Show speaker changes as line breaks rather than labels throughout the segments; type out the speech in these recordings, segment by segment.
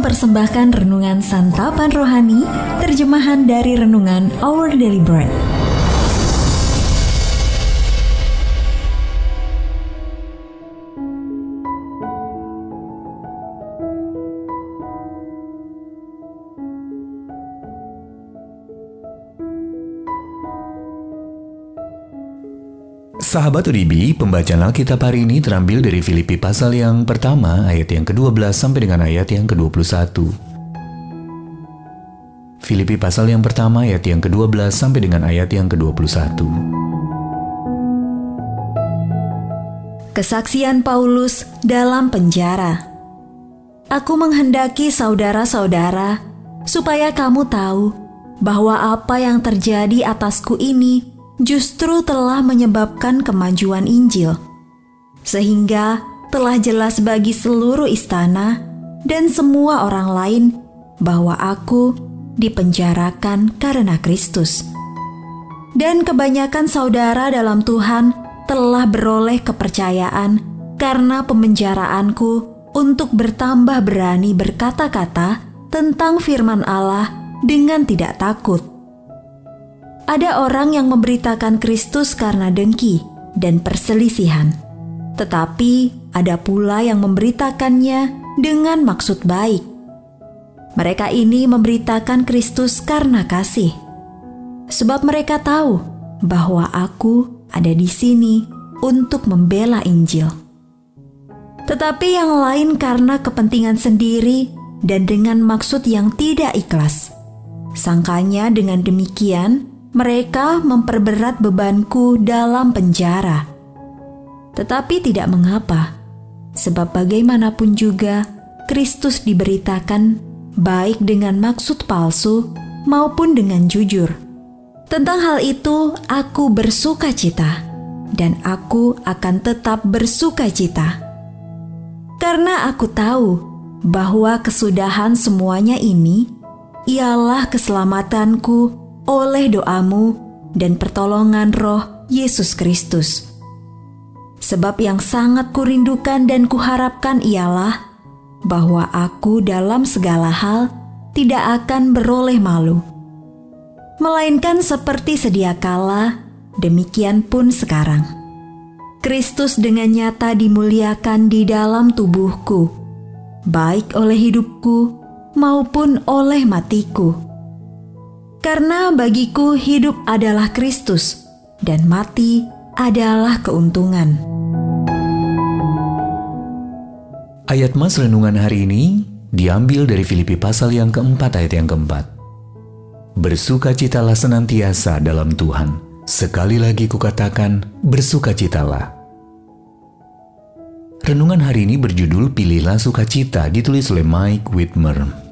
mempersembahkan renungan santapan rohani, terjemahan dari renungan Our Daily Bread.
Sahabat UDB, pembacaan Alkitab hari ini terambil dari Filipi pasal yang pertama ayat yang ke-12 sampai dengan ayat yang ke-21. Filipi pasal yang pertama ayat yang ke-12 sampai dengan ayat yang ke-21.
Kesaksian Paulus dalam penjara. Aku menghendaki saudara-saudara supaya kamu tahu bahwa apa yang terjadi atasku ini justru telah menyebabkan kemajuan Injil, sehingga telah jelas bagi seluruh istana dan semua orang lain bahwa aku dipenjarakan karena Kristus. Dan kebanyakan saudara dalam Tuhan telah beroleh kepercayaan karena pemenjaraanku untuk bertambah berani berkata-kata tentang firman Allah dengan tidak takut. Ada orang yang memberitakan Kristus karena dengki dan perselisihan, tetapi ada pula yang memberitakannya dengan maksud baik. Mereka ini memberitakan Kristus karena kasih, sebab mereka tahu bahwa aku ada di sini untuk membela Injil. Tetapi yang lain karena kepentingan sendiri dan dengan maksud yang tidak ikhlas. Sangkanya dengan demikian, mereka memperberat bebanku dalam penjara. Tetapi tidak mengapa, sebab bagaimanapun juga Kristus diberitakan baik dengan maksud palsu maupun dengan jujur. Tentang hal itu aku bersukacita, dan aku akan tetap bersukacita. Karena aku tahu bahwa kesudahan semuanya ini ialah keselamatanku oleh doamu dan pertolongan Roh Yesus Kristus. Sebab yang sangat kurindukan dan kuharapkan ialah bahwa aku dalam segala hal tidak akan beroleh malu, melainkan seperti sedia kala, demikian pun sekarang. Kristus dengan nyata dimuliakan di dalam tubuhku, baik oleh hidupku maupun oleh matiku. Karena bagiku hidup adalah Kristus dan mati adalah keuntungan.
Ayat mas renungan hari ini diambil dari Filipi pasal yang keempat ayat yang keempat. Bersukacitalah senantiasa dalam Tuhan. Sekali lagi kukatakan, bersukacitalah. Renungan hari ini berjudul Pilihlah Sukacita, ditulis oleh Mike Whitmer.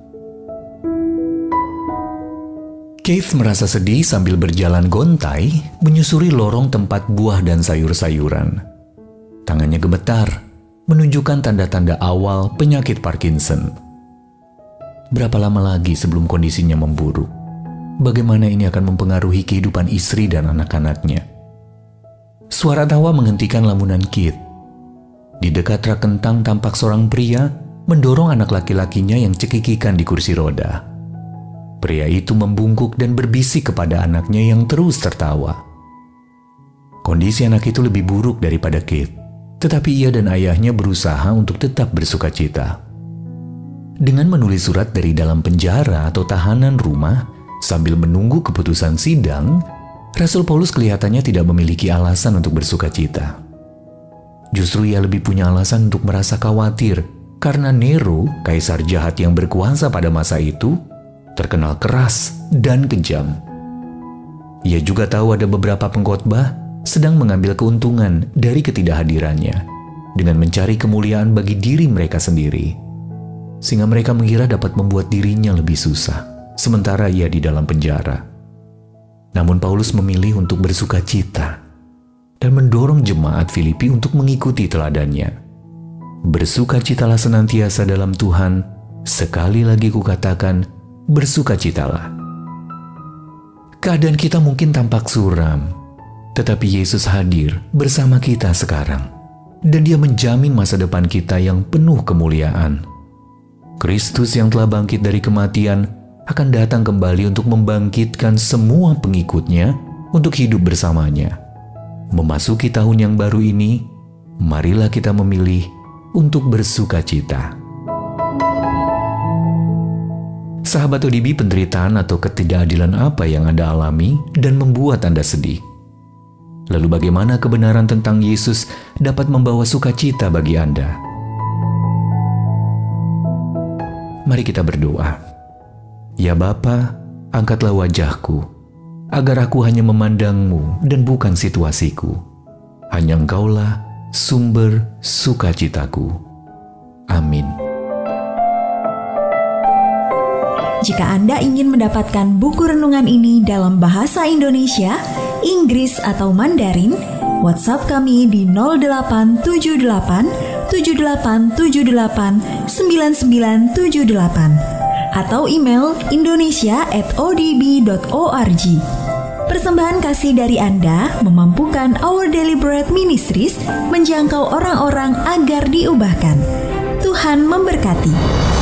Keith merasa sedih sambil berjalan gontai menyusuri lorong tempat buah dan sayur-sayuran. Tangannya gemetar, menunjukkan tanda-tanda awal penyakit Parkinson. Berapa lama lagi sebelum kondisinya memburuk? Bagaimana ini akan mempengaruhi kehidupan istri dan anak-anaknya? Suara tawa menghentikan lamunan Keith. Di dekat rak kentang tampak seorang pria mendorong anak laki-lakinya yang cekikikan di kursi roda. Pria itu membungkuk dan berbisik kepada anaknya yang terus tertawa. Kondisi anak itu lebih buruk daripada Keith, tetapi ia dan ayahnya berusaha untuk tetap bersukacita. Dengan menulis surat dari dalam penjara atau tahanan rumah sambil menunggu keputusan sidang, Rasul Paulus kelihatannya tidak memiliki alasan untuk bersukacita. Justru ia lebih punya alasan untuk merasa khawatir karena Nero, kaisar jahat yang berkuasa pada masa itu, terkenal keras dan kejam. Ia juga tahu ada beberapa pengkhotbah sedang mengambil keuntungan dari ketidakhadirannya dengan mencari kemuliaan bagi diri mereka sendiri, sehingga mereka mengira dapat membuat dirinya lebih susah, sementara ia di dalam penjara. Namun Paulus memilih untuk bersukacita dan mendorong jemaat Filipi untuk mengikuti teladannya. Bersukacitalah senantiasa dalam Tuhan, sekali lagi kukatakan, bersukacitalah. Keadaan kita mungkin tampak suram, tetapi Yesus hadir bersama kita sekarang, dan Dia menjamin masa depan kita yang penuh kemuliaan. Kristus yang telah bangkit dari kematian akan datang kembali untuk membangkitkan semua pengikutnya untuk hidup bersamanya. Memasuki tahun yang baru ini, marilah kita memilih untuk bersukacita. Sahabat ODB, penderitaan atau ketidakadilan apa yang Anda alami dan membuat Anda sedih? Lalu bagaimana kebenaran tentang Yesus dapat membawa sukacita bagi Anda? Mari kita berdoa. Ya Bapa, angkatlah wajahku, agar aku hanya memandang-Mu dan bukan situasiku. Hanya Engkaulah sumber sukacitaku. Amin.
Jika Anda ingin mendapatkan buku renungan ini dalam bahasa Indonesia, Inggris atau Mandarin, WhatsApp kami di 0878 7878 9978 atau email indonesia@odb.org. Persembahan kasih dari Anda memampukan Our Daily Bread Ministries menjangkau orang-orang agar diubahkan. Tuhan memberkati.